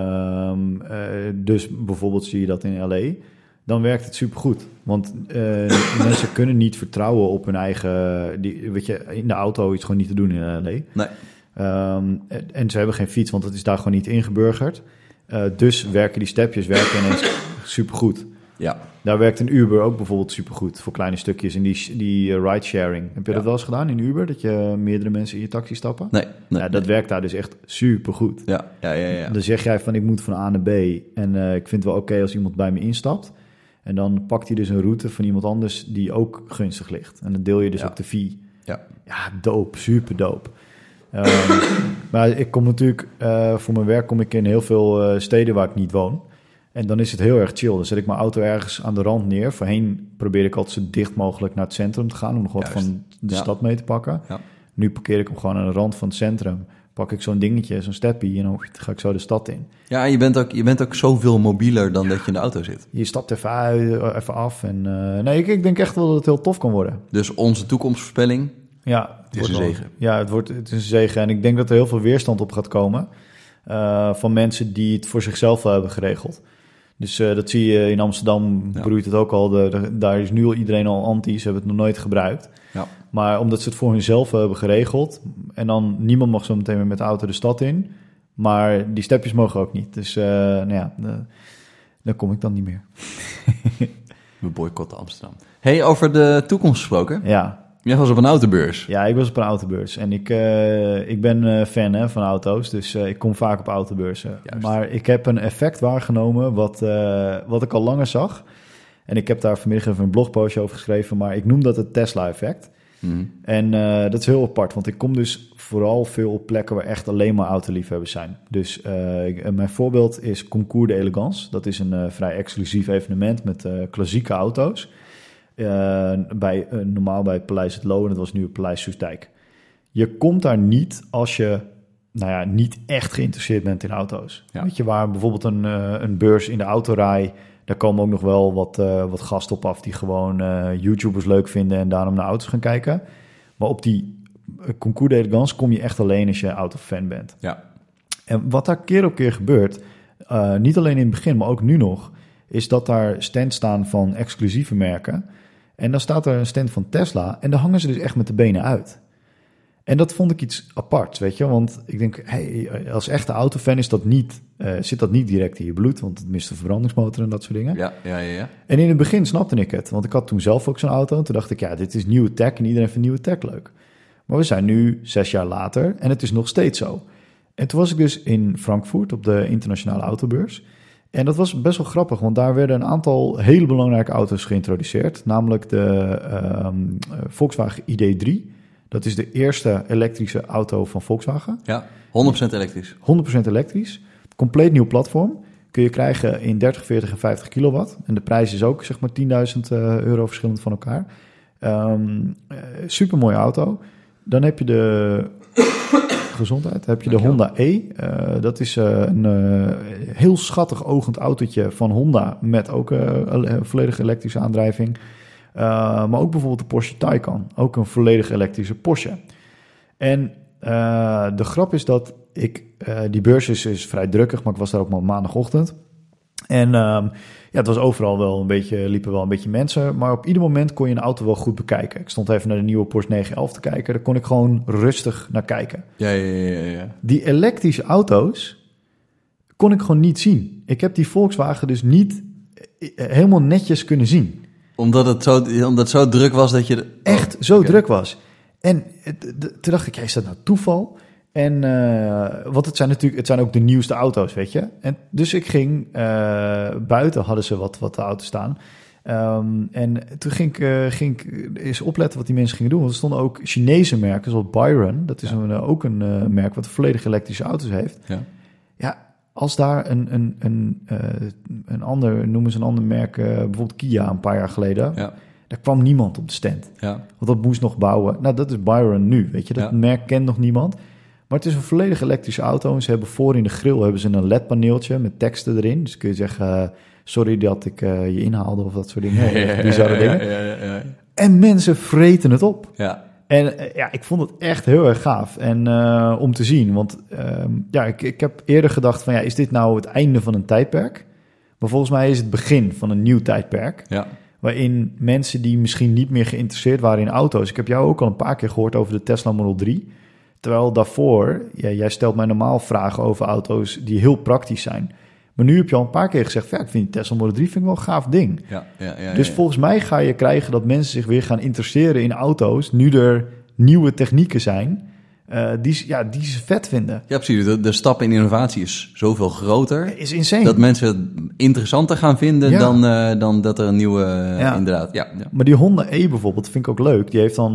Dus bijvoorbeeld zie je dat in LA. Dan werkt het supergoed. Want mensen kunnen niet vertrouwen op hun eigen... weet je, in de auto is gewoon niet te doen in LA. Nee. En ze hebben geen fiets, want het is daar gewoon niet ingeburgerd. Dus werken die stepjes ineens supergoed. Ja. Daar werkt een Uber ook bijvoorbeeld supergoed voor kleine stukjes. En die ridesharing. Heb je dat wel eens gedaan in Uber? Dat je meerdere mensen in je taxi stappen? Nee. Dat werkt daar dus echt supergoed. Ja. Dan zeg jij van ik moet van A naar B. En ik vind het wel oké als iemand bij me instapt. En dan pakt hij dus een route van iemand anders die ook gunstig ligt. En dan deel je dus op de fee. Ja, dope. Super dope. Maar ik kom natuurlijk... voor mijn werk kom ik in heel veel steden waar ik niet woon. En dan is het heel erg chill. Dan zet ik mijn auto ergens aan de rand neer. Voorheen probeer ik altijd zo dicht mogelijk naar het centrum te gaan... om nog wat van de stad mee te pakken. Ja. Nu parkeer ik hem gewoon aan de rand van het centrum. Pak ik zo'n dingetje, zo'n steppie... en dan ga ik zo de stad in. Ja, je bent ook zoveel mobieler dan dat je in de auto zit. Je stapt even af. En ik denk echt wel dat het heel tof kan worden. Dus onze toekomstvoorspelling... Ja, het is een zegen. Ja, het is een zegen. En ik denk dat er heel veel weerstand op gaat komen... van mensen die het voor zichzelf wel hebben geregeld. Dus dat zie je in Amsterdam, broeit het ook al. Daar is nu al iedereen al anti, ze hebben het nog nooit gebruikt. Ja. Maar omdat ze het voor hunzelf hebben geregeld... en dan niemand mag zo meteen meer met de auto de stad in... maar die stepjes mogen ook niet. Dus daar kom ik dan niet meer. We boycotten Amsterdam. Hey, over de toekomst gesproken. Ja. Jij was op een autobeurs. Ja, ik was op een autobeurs. En ik ben fan van auto's, dus ik kom vaak op autobeurzen. Juist. Maar ik heb een effect waargenomen wat ik al langer zag. En ik heb daar vanmiddag even een blogpostje over geschreven, maar ik noem dat het Tesla-effect. Mm-hmm. En dat is heel apart, want ik kom dus vooral veel op plekken waar echt alleen maar autoliefhebbers zijn. Dus mijn voorbeeld is Concours d'Elegance. Dat is een vrij exclusief evenement met klassieke auto's. Normaal bij Paleis het Loo en dat was nu het Paleis Soestdijk. Je komt daar niet als je niet echt geïnteresseerd bent in auto's. Ja. Weet je, waar bijvoorbeeld een beurs in de autorij, daar komen ook nog wel wat gasten op af die gewoon YouTubers leuk vinden en daarom naar auto's gaan kijken. Maar op die Concours d'Elegance kom je echt alleen als je autofan bent. Ja. En wat daar keer op keer gebeurt, niet alleen in het begin, maar ook nu nog, is dat daar stands staan van exclusieve merken. En dan staat er een stand van Tesla en daar hangen ze dus echt met de benen uit. En dat vond ik iets apart, weet je. Want ik denk, als echte autofan is dat niet, zit dat niet direct in je bloed, want het mist de verbrandingsmotor en dat soort dingen. Ja. En in het begin snapte ik het, want ik had toen zelf ook zo'n auto. En toen dacht ik, dit is nieuwe tech en iedereen vindt nieuwe tech leuk. Maar we zijn nu 6 jaar later en het is nog steeds zo. En toen was ik dus in Frankfurt op de internationale autobeurs. En dat was best wel grappig, want daar werden een aantal hele belangrijke auto's geïntroduceerd. Namelijk de Volkswagen ID3. Dat is de eerste elektrische auto van Volkswagen. Ja, 100% elektrisch. 100% elektrisch. Compleet nieuw platform. Kun je krijgen in 30, 40 en 50 kilowatt. En de prijs is ook zeg maar €10.000 verschillend van elkaar. Super mooie auto. Dan heb je de gezondheid. Heb je de Honda E. Dat is een heel schattig ogend autootje van Honda met ook een volledig elektrische aandrijving. Maar ook bijvoorbeeld de Porsche Taycan. Ook een volledig elektrische Porsche. En de grap is dat die beurs is vrij drukkig, maar ik was daar ook maar maandagochtend. En het was overal liepen wel een beetje mensen. Maar op ieder moment kon je een auto wel goed bekijken. Ik stond even naar de nieuwe Porsche 911 te kijken. Daar kon ik gewoon rustig naar kijken. Ja. Die elektrische auto's kon ik gewoon niet zien. Ik heb die Volkswagen dus niet helemaal netjes kunnen zien. Omdat het zo druk was dat je... Echt zo druk was. En toen dacht ik, is dat nou toeval? En want het zijn ook de nieuwste auto's, weet je. En dus ik ging buiten, hadden ze wat auto's staan. En toen ging ik eens opletten wat die mensen gingen doen. Want er stonden ook Chinese merken, zoals Byron. Dat is ook een merk wat volledig elektrische auto's heeft. Ja, als daar een ander merk, bijvoorbeeld Kia een paar jaar geleden... Ja. Daar kwam niemand op de stand. Ja. Want dat moest nog bouwen. Nou, dat is Byron nu, weet je. Dat merk kent nog niemand. Maar het is een volledig elektrische auto. En ze hebben voor in de grill een LED-paneeltje met teksten erin. Dus kun je zeggen, sorry dat ik je inhaalde of dat soort dingen. Bizarre dingen. Ja. En mensen vreten het op. Ja. En ik vond het echt heel erg gaaf. En om te zien. Want ik heb eerder gedacht van, is dit nou het einde van een tijdperk? Maar volgens mij is het begin van een nieuw tijdperk. Ja. Waarin mensen die misschien niet meer geïnteresseerd waren in auto's... Ik heb jou ook al een paar keer gehoord over de Tesla Model 3. Terwijl daarvoor, jij stelt mij normaal vragen over auto's die heel praktisch zijn. Maar nu heb je al een paar keer gezegd... ik vind de Tesla Model 3 vind ik wel een gaaf ding. Dus volgens mij ga je krijgen dat mensen zich weer gaan interesseren in auto's... nu er nieuwe technieken zijn... die ze vet vinden. Ja, precies. De stap in innovatie is zoveel groter. Is insane. Dat mensen het interessanter gaan vinden dan dat er een nieuwe... inderdaad. Ja. Maar die Honda E bijvoorbeeld vind ik ook leuk.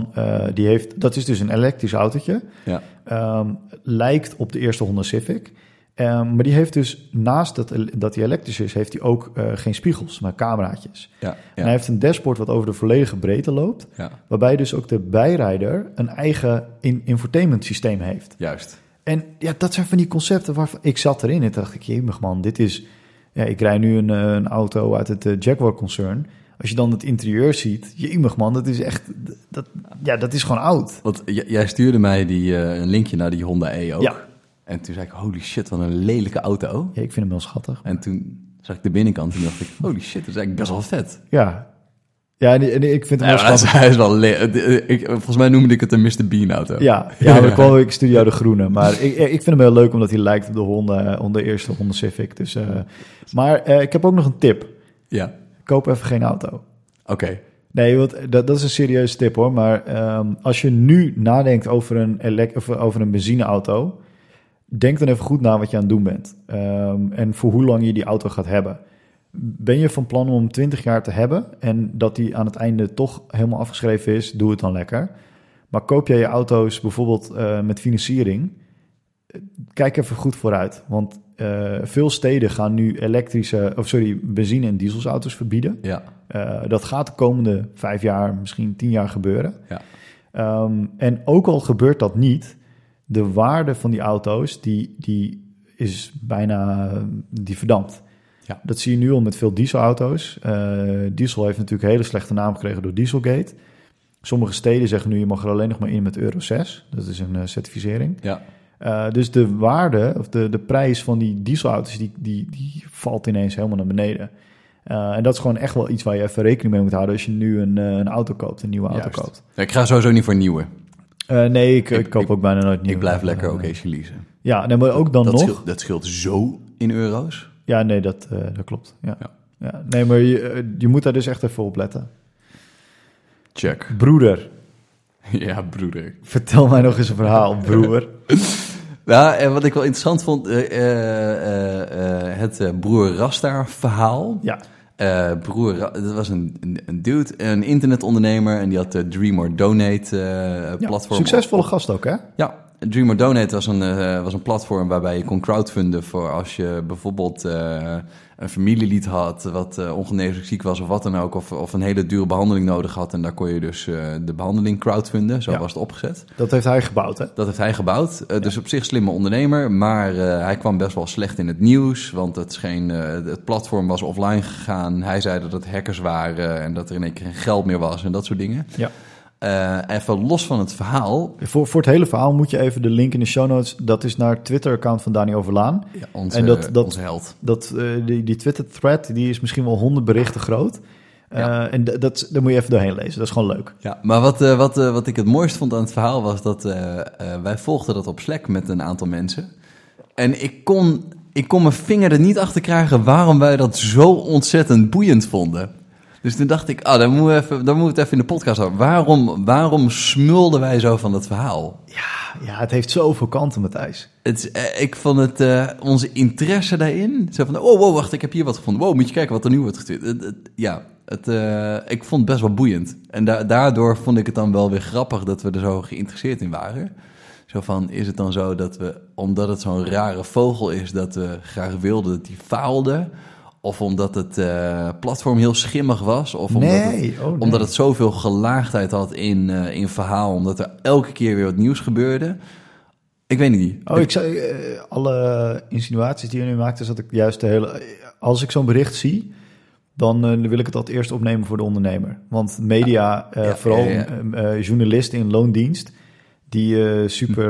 Dat is dus een elektrisch autootje. Ja. Lijkt op de eerste Honda Civic. Maar die heeft dus naast dat hij elektrisch is... heeft hij ook geen spiegels, maar cameraatjes. Ja. En hij heeft een dashboard wat over de volledige breedte loopt... waarbij dus ook de bijrijder een eigen infotainment systeem heeft. Juist. En dat zijn van die concepten waarvan... Ik zat erin en dacht ik, jemig man, dit is... ik rijd nu een auto uit het Jaguar-concern... Als je dan het interieur ziet, jemig man, dat is echt... Dat is gewoon oud. Want jij stuurde mij een linkje naar die Honda E ook... Ja. En toen zei ik, holy shit, wat een lelijke auto. Ja, ik vind hem wel schattig. En toen zag ik de binnenkant en dacht ik, holy shit, dat is eigenlijk best wel vet. Ja, en ik vind hem wel schattig. Hij is wel volgens mij noemde ik het een Mr. Bean auto. Ja, maar ik stuurde jou de groene. Maar ik vind hem heel leuk, omdat hij lijkt op de eerste Honda Civic. Dus, maar ik heb ook nog een tip. Ja. Koop even geen auto. Oké. Nee, want dat is een serieuze tip hoor. Maar als je nu nadenkt over een benzineauto... Denk dan even goed na wat je aan het doen bent. En voor hoe lang je die auto gaat hebben. Ben je van plan om 20 jaar te hebben... en dat die aan het einde toch helemaal afgeschreven is... doe het dan lekker. Maar koop jij je auto's bijvoorbeeld met financiering... kijk even goed vooruit. Want veel steden gaan nu benzine- en dieselsauto's verbieden. Ja. Dat gaat de komende 5 jaar, misschien 10 jaar gebeuren. Ja. En ook al gebeurt dat niet... De waarde van die auto's, die is bijna verdampt. Ja. Dat zie je nu al met veel dieselauto's. Diesel heeft natuurlijk een hele slechte naam gekregen door Dieselgate. Sommige steden zeggen nu, je mag er alleen nog maar in met Euro 6. Dat is een certificering. Ja. Dus de waarde of de prijs van die dieselauto's, die valt ineens helemaal naar beneden. En dat is gewoon echt wel iets waar je even rekening mee moet houden als je nu een auto koopt, een nieuwe auto koopt. Ja, ik ga sowieso niet voor een nieuwe. Nee, ik koop ook bijna nooit nieuwe. Ik blijf lekker ook eens leasen. Ja, nee, maar ook dan nog... Dat scheelt zo in euro's. Ja, nee, dat klopt. Ja. Nee, maar je moet daar dus echt even op letten. Check. Broeder. Ja, broeder. Vertel mij nog eens een verhaal, broer. Ja, en wat ik wel interessant vond, het broer Rasta verhaal. Ja. Dat was een dude, een internetondernemer en die had de Dream or Donate platform. Succesvolle gast ook, hè? Ja, Dream or Donate was een platform waarbij je kon crowdfunden voor als je bijvoorbeeld een familielid had wat ongeneeslijk ziek was of wat dan ook, of een hele dure behandeling nodig had. En daar kon je dus de behandeling crowdfunden, zo was het opgezet. Dat heeft hij gebouwd, hè? Dat heeft hij gebouwd. Dus op zich slimme ondernemer, maar hij kwam best wel slecht in het nieuws, want het platform was offline gegaan. Hij zei dat het hackers waren en dat er in één keer geen geld meer was en dat soort dingen. Ja. Even los van het verhaal. Voor het hele verhaal moet je even de link in de show notes. Dat is naar het Twitter-account van Dani Overlaan. Ja, onze held. Die Twitter-thread die is misschien wel 100 berichten groot. En daar moet je even doorheen lezen. Dat is gewoon leuk. Ja, maar wat ik het mooist vond aan het verhaal was dat wij volgden dat op Slack met een aantal mensen. En ik kon mijn vinger er niet achter krijgen waarom wij dat zo ontzettend boeiend vonden. Dus toen dacht ik, dan moeten we het even in de podcast houden. Waarom smulden wij zo van dat verhaal? Ja, het heeft zoveel kanten, Matthijs. Ik vond het, onze interesse daarin, zo van, wow, wacht, ik heb hier wat gevonden. Wow, moet je kijken wat er nu wordt gestuurd. Ik vond het best wel boeiend. En daardoor vond ik het dan wel weer grappig dat we er zo geïnteresseerd in waren. Zo van, is het dan zo dat we, omdat het zo'n rare vogel is, dat we graag wilden dat die faalde? Of omdat het platform heel schimmig was. Of omdat het zoveel gelaagdheid had in verhaal. Omdat er elke keer weer wat nieuws gebeurde. Ik weet niet. Alle insinuaties die je nu maakt, is dat ik juist als ik zo'n bericht zie, dan wil ik het altijd eerst opnemen voor de ondernemer. Want media, journalisten in loondienst, die super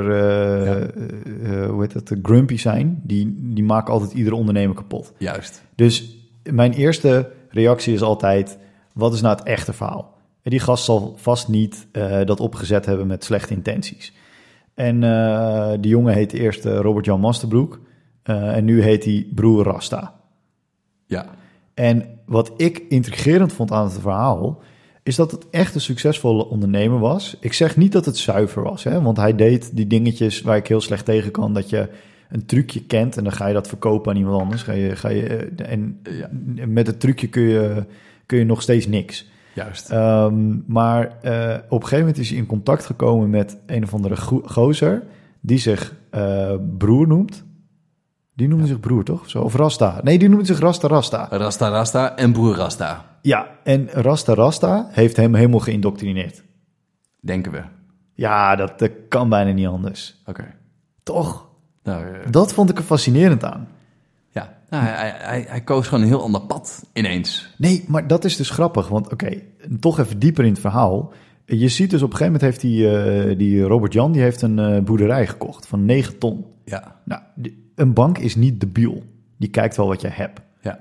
grumpy zijn, die maken altijd iedere ondernemer kapot. Juist. Dus mijn eerste reactie is altijd, wat is nou het echte verhaal? En die gast zal vast niet dat opgezet hebben met slechte intenties. En die jongen heette eerst Robert-Jan Masterbroek en nu heet hij broer Rasta. Ja. En wat ik intrigerend vond aan het verhaal, is dat het echt een succesvolle ondernemer was. Ik zeg niet dat het zuiver was, hè, want hij deed die dingetjes waar ik heel slecht tegen kan, dat je een trucje kent en dan ga je dat verkopen aan iemand anders. En met het trucje kun je nog steeds niks. Juist. Maar op een gegeven moment is hij in contact gekomen met een of andere gozer die zich broer noemt. Die noemde zich broer, toch? Of Rasta? Nee, die noemde zich Rasta. Rasta en broer Rasta. Ja, en Rasta heeft hem helemaal geïndoctrineerd. Denken we. Ja, dat kan bijna niet anders. Oké. Toch? Nou, dat vond ik er fascinerend aan. Ja, hij koos gewoon een heel ander pad ineens. Nee, maar dat is dus grappig, want toch even dieper in het verhaal. Je ziet dus op een gegeven moment heeft die Robert Jan, die heeft een boerderij gekocht van 9 ton. Ja. Nou, een bank is niet debiel. Die kijkt wel wat je hebt. Ja.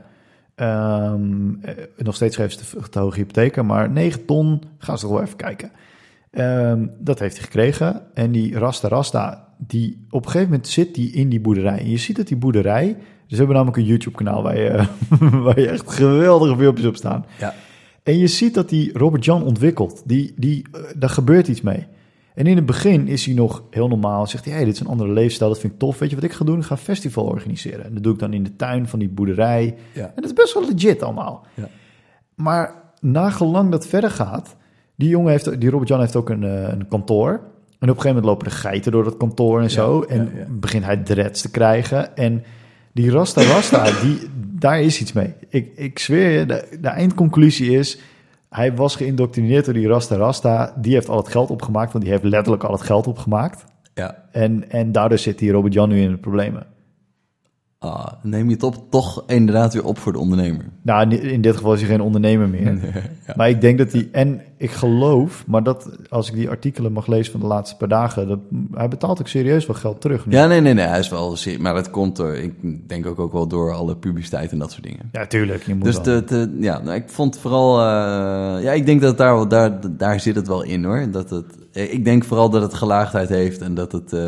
Nog steeds geven ze te hoge hypotheken, maar 9 ton, gaan ze toch wel even kijken. Dat heeft hij gekregen. En die Rasta, die op een gegeven moment zit die in die boerderij. En je ziet dat die boerderij, dus we hebben namelijk een YouTube-kanaal waar je echt geweldige filmpjes op staan. Ja. En je ziet dat die Robert Jan ontwikkelt. Daar gebeurt iets mee. En in het begin is hij nog heel normaal. Zegt hij, hey, dit is een andere leefstijl, dat vind ik tof. Weet je wat ik ga doen? Ik ga een festival organiseren. En dat doe ik dan in de tuin van die boerderij. Ja. En dat is best wel legit allemaal. Ja. Maar nagelang dat verder gaat, die Robert Jan heeft ook een kantoor. En op een gegeven moment lopen de geiten door dat kantoor en zo. En begint hij dreads te krijgen. En die Rasta, daar is iets mee. Ik zweer je, de eindconclusie is, hij was geïndoctrineerd door die Rasta. Die heeft al het geld opgemaakt, want die heeft letterlijk al het geld opgemaakt. Ja. En daardoor zit die Robert Jan nu in de problemen. Neem je het toch inderdaad weer op voor de ondernemer. Nou, in dit geval is hij geen ondernemer meer. Ja. Maar ik denk dat hij... En ik geloof, maar dat als ik die artikelen mag lezen van de laatste paar dagen... hij betaalt ook serieus wel geld terug. Nu. Ja, nee, hij is wel... Maar dat komt door... Ik denk ook wel door alle publiciteit en dat soort dingen. Ja, tuurlijk. Je moet dus ik vond vooral... ik denk dat daar zit het wel in, hoor. Ik denk vooral dat het gelaagdheid heeft en dat het...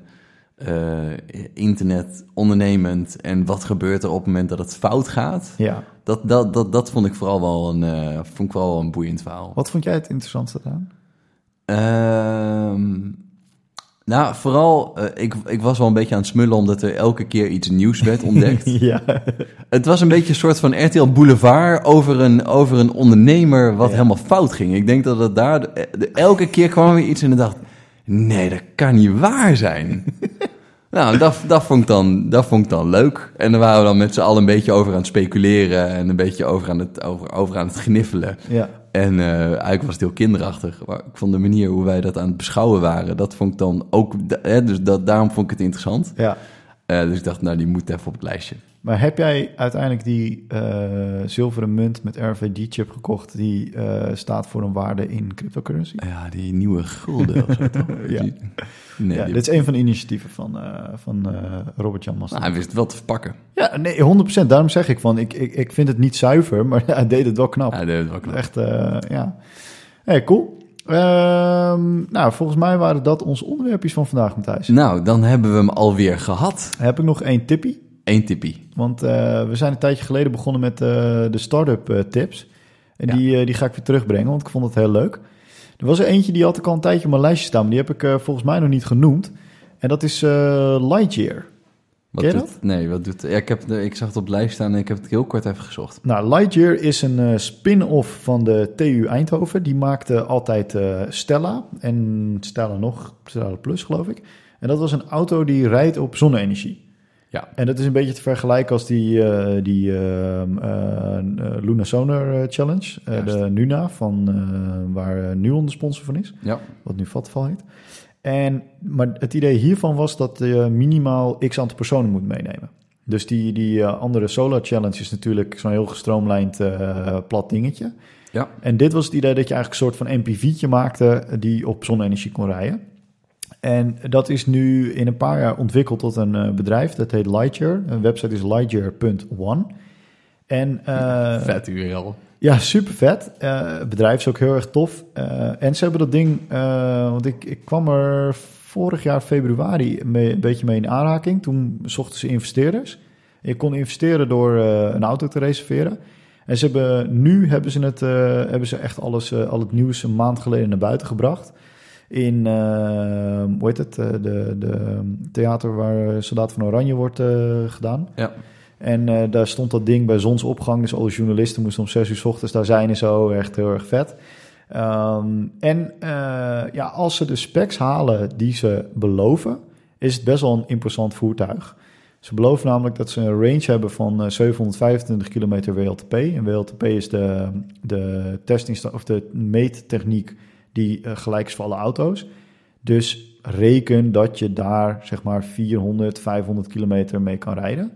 internet, ondernemend en wat gebeurt er op het moment dat het fout gaat. Ja. Dat vond ik vooral wel een boeiend verhaal. Wat vond jij het interessantste aan? Nou, vooral, ik was wel een beetje aan het smullen omdat er elke keer iets nieuws werd ontdekt. Ja. Het was een beetje een soort van RTL Boulevard over een ondernemer wat helemaal fout ging. Ik denk dat het daar, elke keer kwam weer iets en ik dacht, nee, dat kan niet waar zijn. Nou, dat vond ik dan leuk. En daar waren we dan met z'n allen een beetje over aan het speculeren en een beetje over aan het gniffelen. Ja. En eigenlijk was het heel kinderachtig. Maar ik vond de manier hoe wij dat aan het beschouwen waren, dat vond ik dan ook... daarom vond ik het interessant. Ja. Dus ik dacht, nou, die moet even op het lijstje. Maar heb jij uiteindelijk die zilveren munt met RFID-chip gekocht... die staat voor een waarde in cryptocurrency? Ja, die nieuwe gulden of zo, toch? Ja. Dit is een van de initiatieven van Robert-Jan Master. Hij wist het wel te verpakken. Ja, nee, 100%. Daarom zeg ik van, ik vind het niet zuiver, maar hij deed het wel knap. Hij deed het wel knap. Echt, ja. Hey, cool. Nou, volgens mij waren dat onze onderwerpjes van vandaag, Matthijs. Nou, dan hebben we hem alweer gehad. Heb ik nog één tippie? Eén tippie. Want we zijn een tijdje geleden begonnen met de start-up tips. En die ga ik weer terugbrengen, want ik vond het heel leuk. Er was er eentje die had ik al een tijdje op mijn lijstje staan, maar die heb ik volgens mij nog niet genoemd. En dat is Lightyear. Ken je dat? Nee, wat doet... Ja, ik zag het op de lijst staan en ik heb het heel kort even gezocht. Nou, Lightyear is een spin-off van de TU Eindhoven. Die maakte altijd Stella en Stella Plus, geloof ik. En dat was een auto die rijdt op zonne-energie. Ja. En dat is een beetje te vergelijken als die Luna Solar Challenge. De Nuna, waar Nuon de sponsor van is. Ja. Wat nu Vattenfall heet. Maar het idee hiervan was dat je minimaal x aantal personen moet meenemen. Dus die andere Solar Challenge is natuurlijk zo'n heel gestroomlijnd plat dingetje. Ja. En dit was het idee dat je eigenlijk een soort van MPV'tje maakte die op zonne-energie kon rijden. En dat is nu in een paar jaar ontwikkeld tot een bedrijf. Dat heet Lightyear. Een website is lightyear.one. En vet URL. Ja, super vet. Het bedrijf is ook heel erg tof. En ze hebben dat ding... want ik kwam er vorig jaar februari een beetje mee in aanraking. Toen zochten ze investeerders. Je kon investeren door een auto te reserveren. En hebben ze echt al het nieuws een maand geleden naar buiten gebracht. In, de theater waar Soldaat van Oranje wordt gedaan. Ja. En daar stond dat ding bij zonsopgang. Dus alle journalisten moesten om 6 uur 's ochtends daar zijn en zo. Echt heel erg vet. Als ze de specs halen die ze beloven, is het best wel een imposant voertuig. Ze beloven namelijk dat ze een range hebben van 725 kilometer WLTP. En WLTP is de meettechniek die gelijk is voor alle auto's. Dus reken dat je daar zeg maar 400, 500 kilometer mee kan rijden.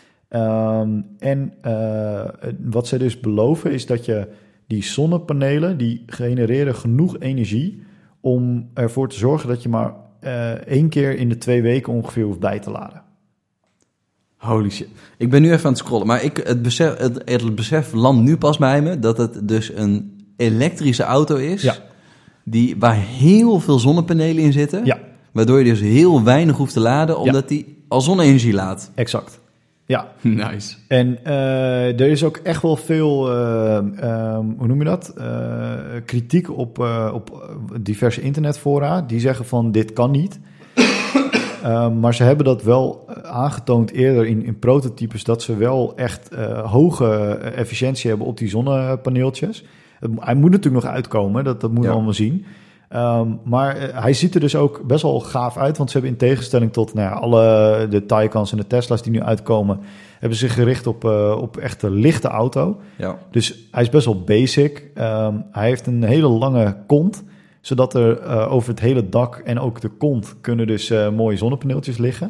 Wat ze dus beloven is dat je die zonnepanelen, die genereren genoeg energie om ervoor te zorgen dat je maar 1 keer in de 2 weken ongeveer hoeft bij te laden. Holy shit. Ik ben nu even aan het scrollen, maar het besef landt nu pas bij me dat het dus een elektrische auto is. Ja. Waar heel veel zonnepanelen in zitten. Ja. Waardoor je dus heel weinig hoeft te laden, omdat die al zonne-energie laat. Exact. Ja. Nice. En er is ook echt wel veel, hoe noem je dat? Kritiek op diverse internetfora. Die zeggen van, dit kan niet. Maar ze hebben dat wel aangetoond eerder in prototypes, dat ze wel echt hoge efficiëntie hebben op die zonnepaneeltjes. Hij moet natuurlijk nog uitkomen, dat moet je allemaal zien. Maar hij ziet er dus ook best wel gaaf uit, want ze hebben in tegenstelling tot alle de Taycans en de Tesla's die nu uitkomen, hebben ze zich gericht op echt een lichte auto. Ja. Dus hij is best wel basic. Hij heeft een hele lange kont, zodat er over het hele dak en ook de kont kunnen dus mooie zonnepaneeltjes liggen.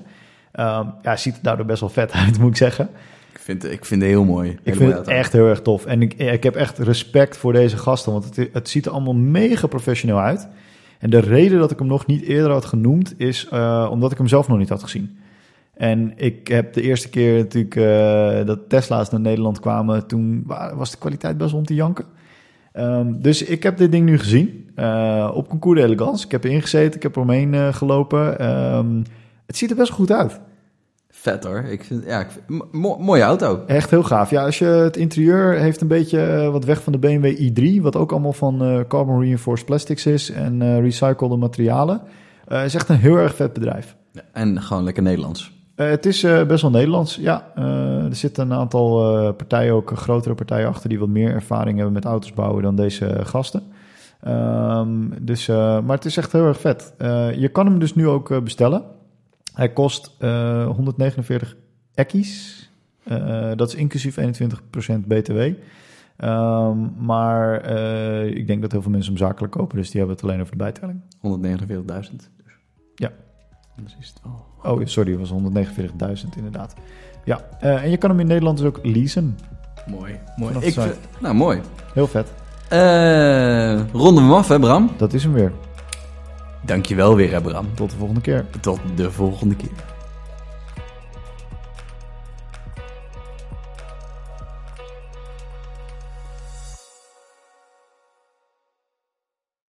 Ziet er daardoor best wel vet uit, moet ik zeggen. Ik vind het heel mooi. Ik vind het echt heel erg tof. En ik heb echt respect voor deze gasten, want het ziet er allemaal mega professioneel uit. En de reden dat ik hem nog niet eerder had genoemd is omdat ik hem zelf nog niet had gezien. En ik heb de eerste keer natuurlijk dat Tesla's naar Nederland kwamen, toen was de kwaliteit best om te janken. Dus ik heb dit ding nu gezien op Concours d'Elegance. Ik heb erin gezeten, ik heb er omheen gelopen. Het ziet er best goed uit. Vet hoor. Mooie auto. Echt heel gaaf. Ja, als je het interieur heeft een beetje wat weg van de BMW i3, wat ook allemaal van carbon reinforced plastics is en recyclede materialen. Is echt een heel erg vet bedrijf. Ja, en gewoon lekker Nederlands. Het is best wel Nederlands, ja. Er zitten een aantal partijen, ook grotere partijen achter, die wat meer ervaring hebben met auto's bouwen dan deze gasten. Maar het is echt heel erg vet. Je kan hem dus nu ook bestellen. Hij kost 149 ekkies. Dat is inclusief 21% BTW. Maar ik denk dat heel veel mensen hem zakelijk kopen, dus die hebben het alleen over de bijtelling. 149.000. Ja. Dus is het wel... Oh, sorry, het was 149.000 inderdaad. Ja, en je kan hem in Nederland dus ook leasen. Mooi. Mooi. Heel vet. Ronden we hem af, hè Bram? Dat is hem weer. Dankjewel weer, hè Bram. Tot de volgende keer. Tot de volgende keer.